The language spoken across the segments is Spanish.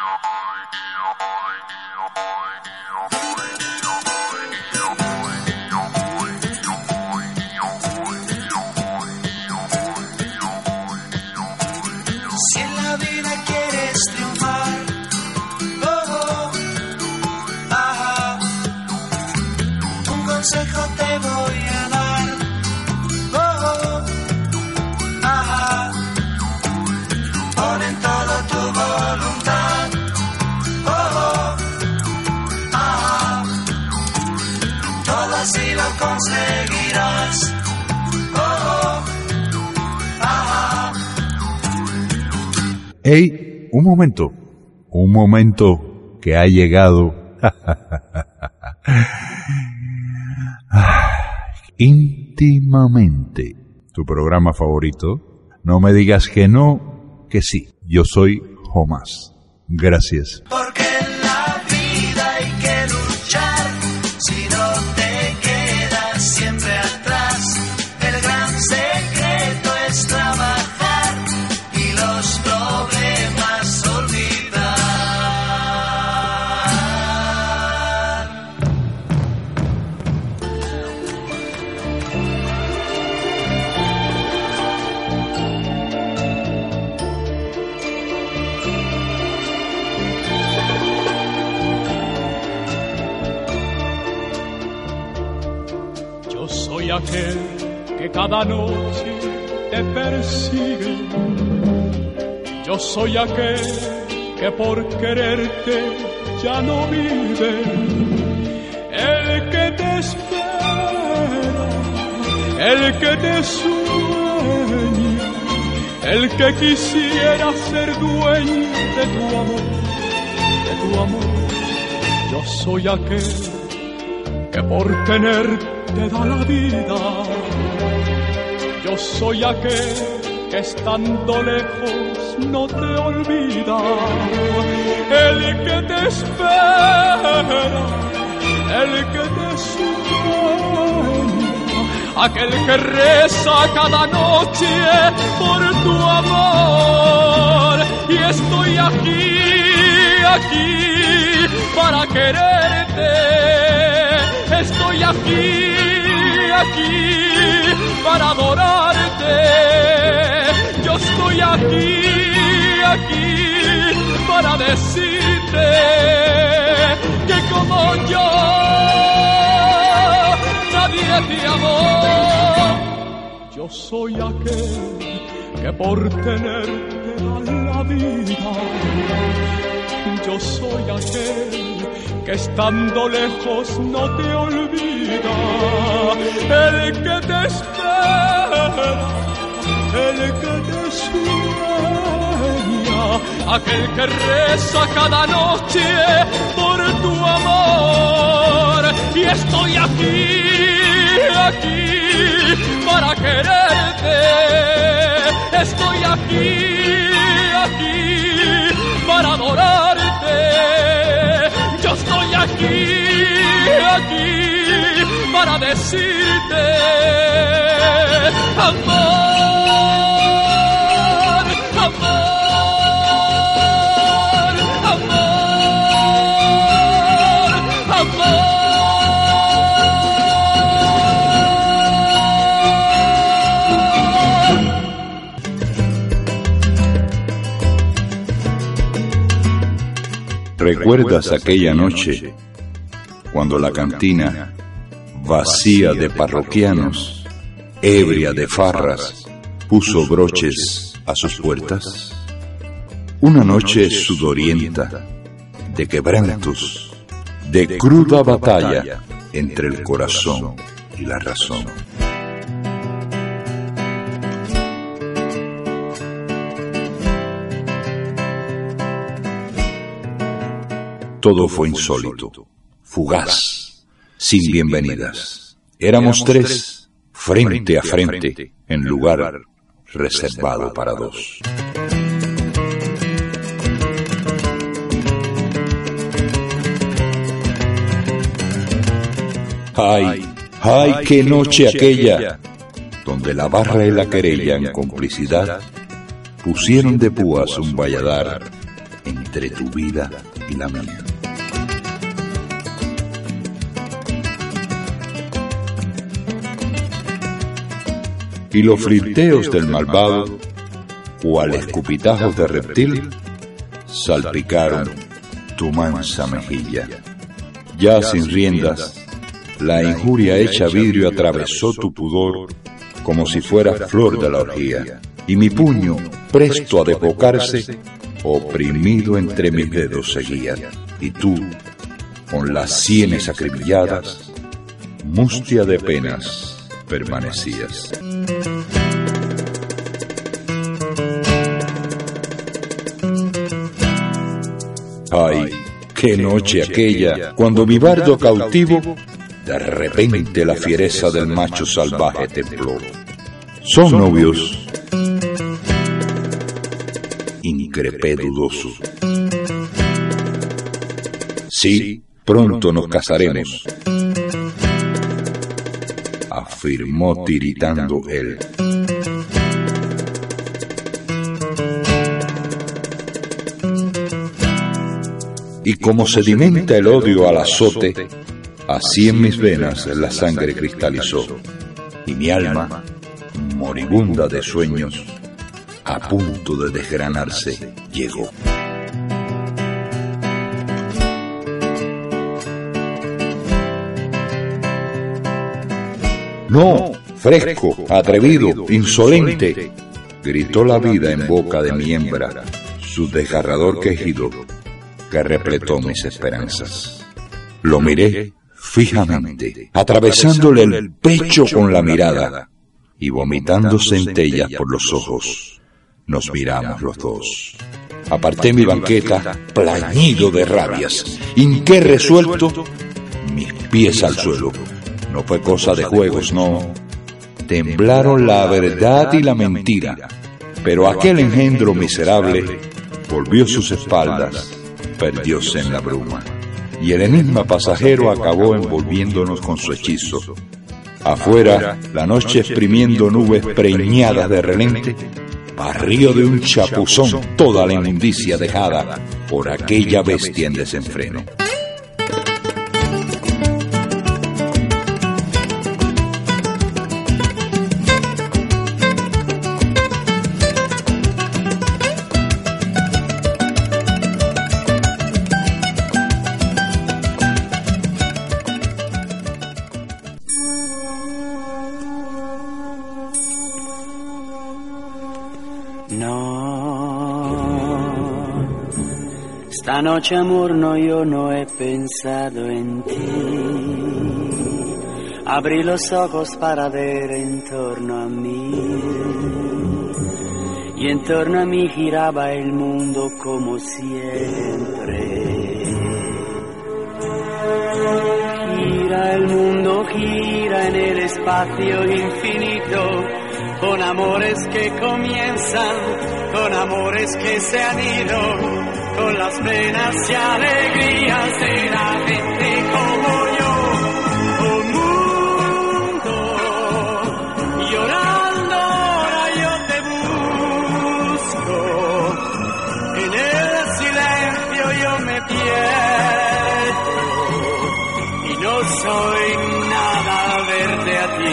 Conseguirás. Hey, un momento que ha llegado. Íntimamente, tu programa favorito. No me digas que no, que sí. Yo soy Jomás. Gracias. Porque en la vida hay que luchar. Si no te quedas siempre atrás, el gran secreto es trabajar y los problemas olvidar. Yo soy aquel que cada noche te persigue. Yo soy aquel que por quererte ya no vive. El que te espera, el que te sueña, el que quisiera ser dueño de tu amor, de tu amor. Yo soy aquel que por tenerte da la vida. Yo soy aquel que estando lejos no te olvida. El que te espera, el que te sueña, aquel que reza cada noche por tu amor. Y estoy aquí para quererte. Estoy aquí para adorarte. Yo estoy aquí para decirte que como yo nadie te amó. Yo soy aquel que por tenerte da la vida. Yo soy aquel que estando lejos no te olvida. El que te espera, el que te sueña, aquel que reza cada noche por tu amor. Y estoy aquí para quererte. Estoy aquí para adorarte. Yo estoy aquí para decirte amor, amor, amor, amor. ¿Recuerdas aquella noche cuando la cantina, vacía de parroquianos, ebria de farras, puso broches a sus puertas? Una noche sudorienta, de quebrantos, de cruda batalla entre el corazón y la razón. Todo fue insólito, fugaz, sin bienvenidas. Éramos tres, frente a frente, en lugar reservado para dos. ¡Ay, ay, qué noche aquella! Donde la barra y la querella en complicidad pusieron de púas un valladar entre tu vida y la mía. Y los flirteos del malvado, cual escupitajos de reptil, salpicaron tu mansa mejilla. Ya sin riendas, la injuria hecha vidrio atravesó tu pudor como si fuera flor de la orgía, y mi puño, presto a desbocarse, oprimido entre mis dedos seguía, y tú, con las sienes acribilladas, mustia de penas permanecías. Ay, qué noche aquella, cuando mi bardo cautivo, de repente la fiereza del macho salvaje templó. Son novios, increpé dudoso. Sí, pronto nos casaremos, afirmó tiritando él. Y como sedimenta el odio al azote, así en mis venas la sangre cristalizó, y mi alma, moribunda de sueños, a punto de desgranarse, llegó. No, fresco, atrevido, insolente, gritó la vida en boca de mi hembra, su desgarrador quejido que repletó mis esperanzas. Lo miré fijamente, atravesándole el pecho con la mirada, y vomitando centellas por los ojos, nos miramos los dos. Aparté mi banqueta, plañido de rabias, hinqué resuelto mis pies al suelo. No fue cosa de juegos, no. Temblaron la verdad y la mentira, pero aquel engendro miserable volvió sus espaldas, perdióse en la bruma, y el enigma pasajero acabó envolviéndonos con su hechizo. Afuera, la noche exprimiendo nubes preñadas de relente, barrió de un chapuzón toda la inmundicia dejada por aquella bestia en desenfreno. Esta noche, amor, no, yo no he pensado en ti. Abrí los ojos para ver en torno a mí, y en torno a mí giraba el mundo como siempre. Gira el mundo, gira en el espacio infinito, con amores que comienzan, con amores que se han ido, con las penas y alegrías de la gente como yo. Oh mundo, llorando ahora yo te busco, en el silencio yo me pierdo, y no soy nada verte a ti.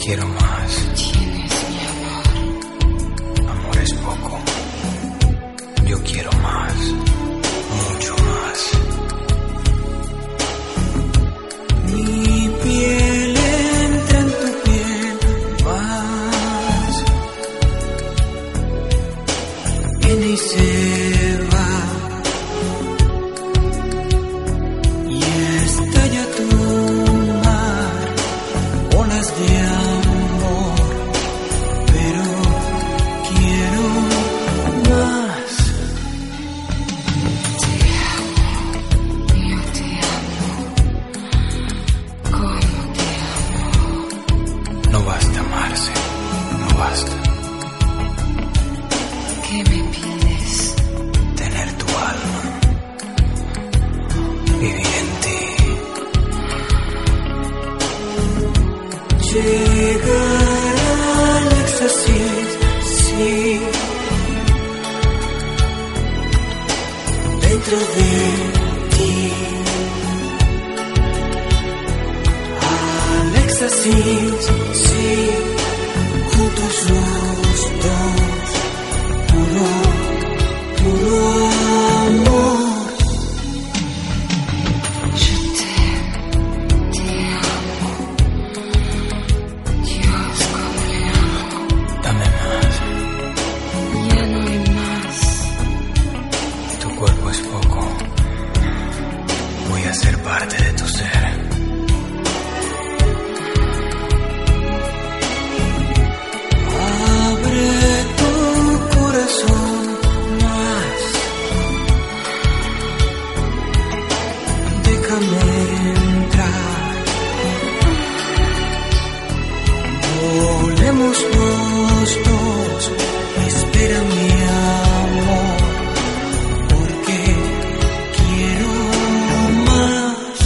quiero más. Tienes mi amor. Amor es poco. Yo quiero más. Mucho más. Mi piel entra en tu piel. Más. Viene y se va. Y estalla tu mar. Olas de amor. Pero quiero más. Yo te amo. ¿Cómo te amo? No basta amarse. No basta. ¿Qué me pides? Tener tu alma, vivir en ti. Llegar al éxtasis, sí, dentro de ti. Al éxtasis, sí, juntos los dos. Puro, puro amor. Yo te amo. Dios, cómo le amo. Dame más. Ya no hay más. Tu cuerpo es poco. Voy a ser parte de tu ser. Abre tu corazón más. Déjame entrar. Volemos los dos. Espera mi amor. Porque quiero más.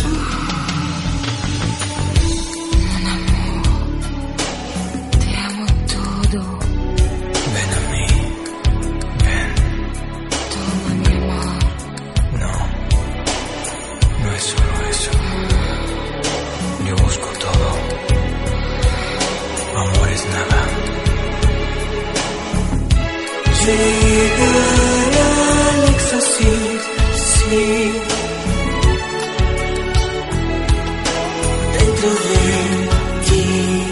Mon amor. Te amo todo. Ven a mí. Ven. Toma mi amor. No. No es solo eso. Yo busco todo. Amor es nada. Llegar al éxtasis, sí. Dentro de ti.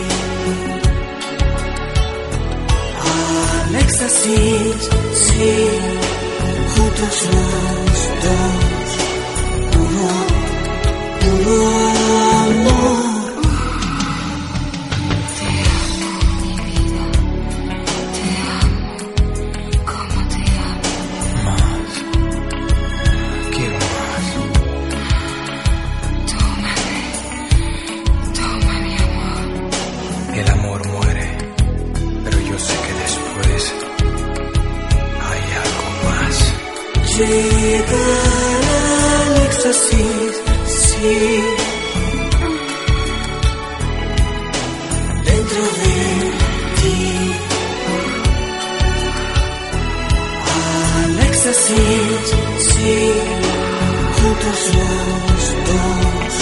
Al éxtasis, sí. Juntos los dos. Puro, puro amor. Te amo, mi vida. Te amo. Como te amo. Más. Quiero más. Tómame. Toma mi amor. El amor muere, pero yo sé que después hay algo más. Llegar al éxtasis, sí. Dentro de ti. Al éxtasis, sí. Juntos los dos.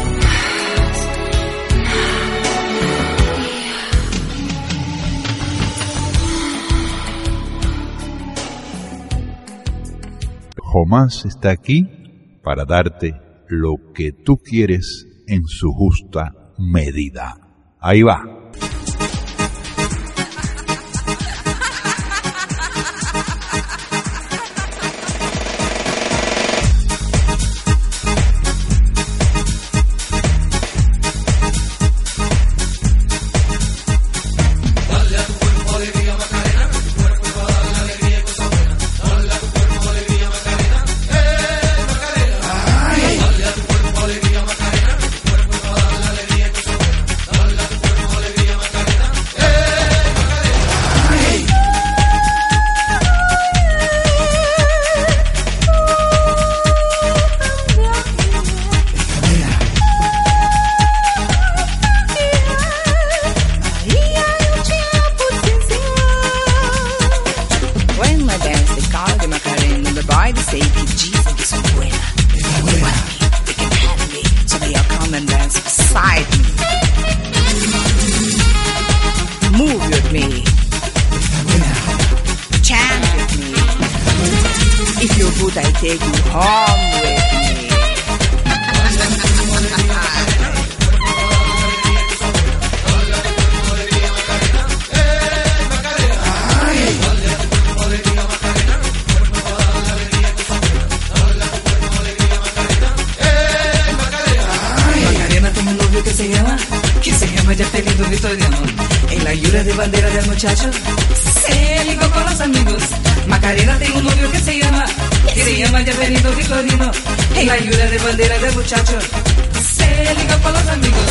Jomás está aquí para darte lo que tú quieres en su justa medida. Ahí va. Dale a tu cuerpo alegría, Macarena. puta, I take you home with me. Macarena tiene un novio que se llama ya Feliz Grito de Amor. En la lluvia de bandera del muchacho se ligó con los amigos. Macarena tiene un novio que se llama ya Benito Victorino. En la lluvia de bandera del muchacho se ligó con los amigos.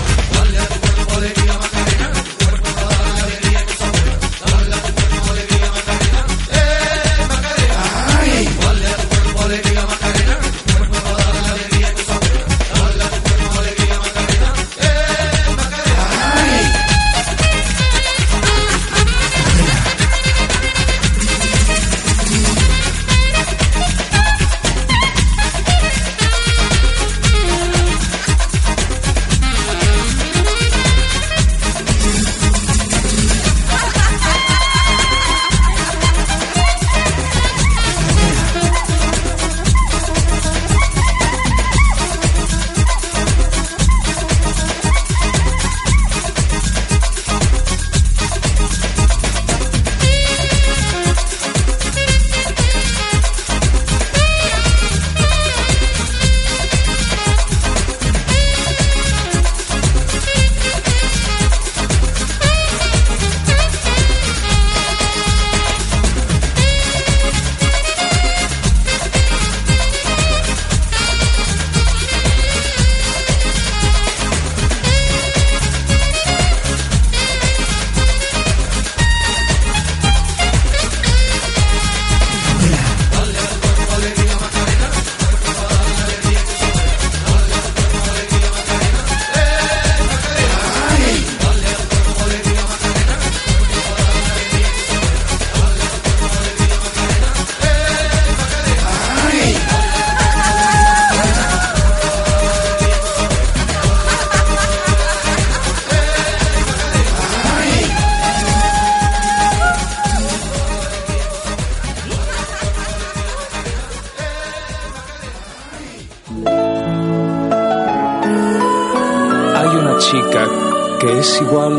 chica que es igual,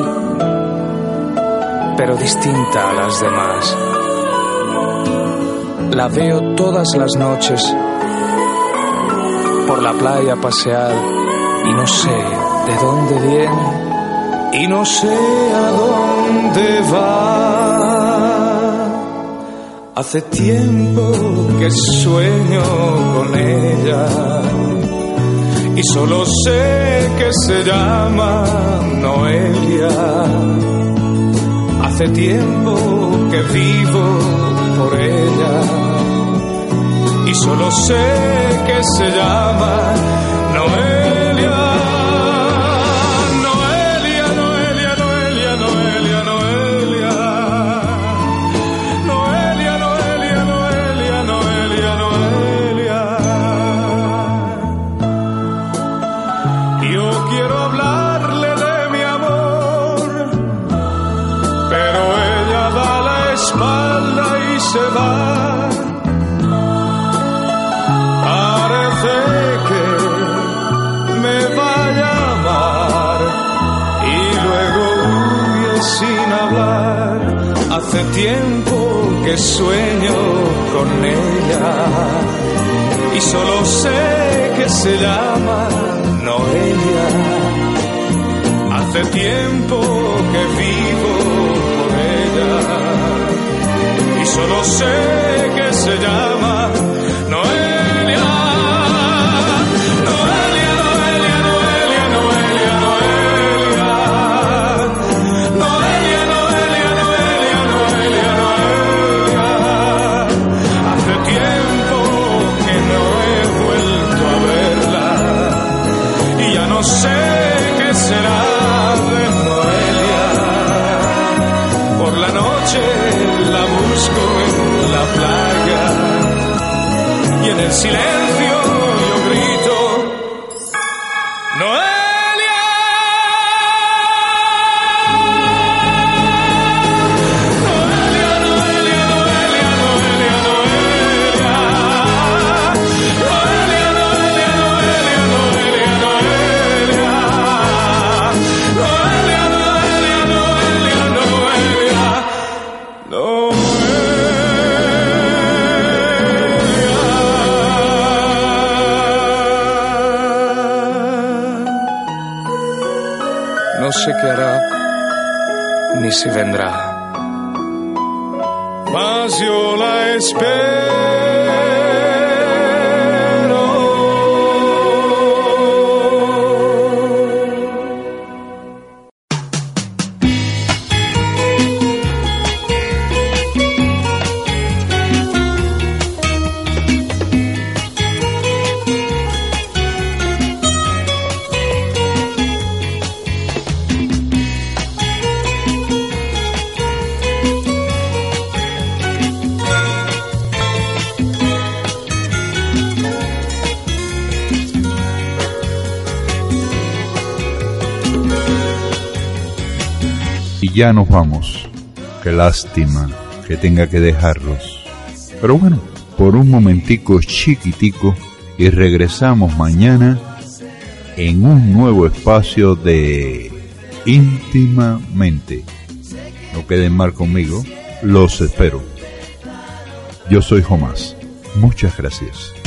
pero distinta a las demás. La veo todas las noches por la playa pasear y no sé de dónde viene y no sé a dónde va. Hace tiempo que sueño con ella y solo sé que se llama Noelia. Hace tiempo que vivo por ella y solo sé que se llama Noelia. Noelia, Noelia, Noelia, Noelia, Noelia. Noelia, Noelia, Noelia, Noelia, Noelia. Yo quiero hablarle de mi amor, pero ella da la espalda y se va. Parece que me vaya a amar y luego huye sin hablar. Hace tiempo que sueño con ella y solo sé que se llama Noelia. Hace tiempo que vivo por ella y solo sé que se llama Noelia. No sé qué será de Noelia. Por la noche la busco en la playa y en el silencio yo grito Noelia. Noelia, Noelia, Noelia, Noelia, Noelia. vendrá, ni si vendrá. Mas yo la espero. Ya nos vamos. Qué lástima que tenga que dejarlos. Pero bueno, por un momentico chiquitico y regresamos mañana en un nuevo espacio de Íntimamente. No queden mal conmigo, los espero. Yo soy Jomás. Muchas gracias.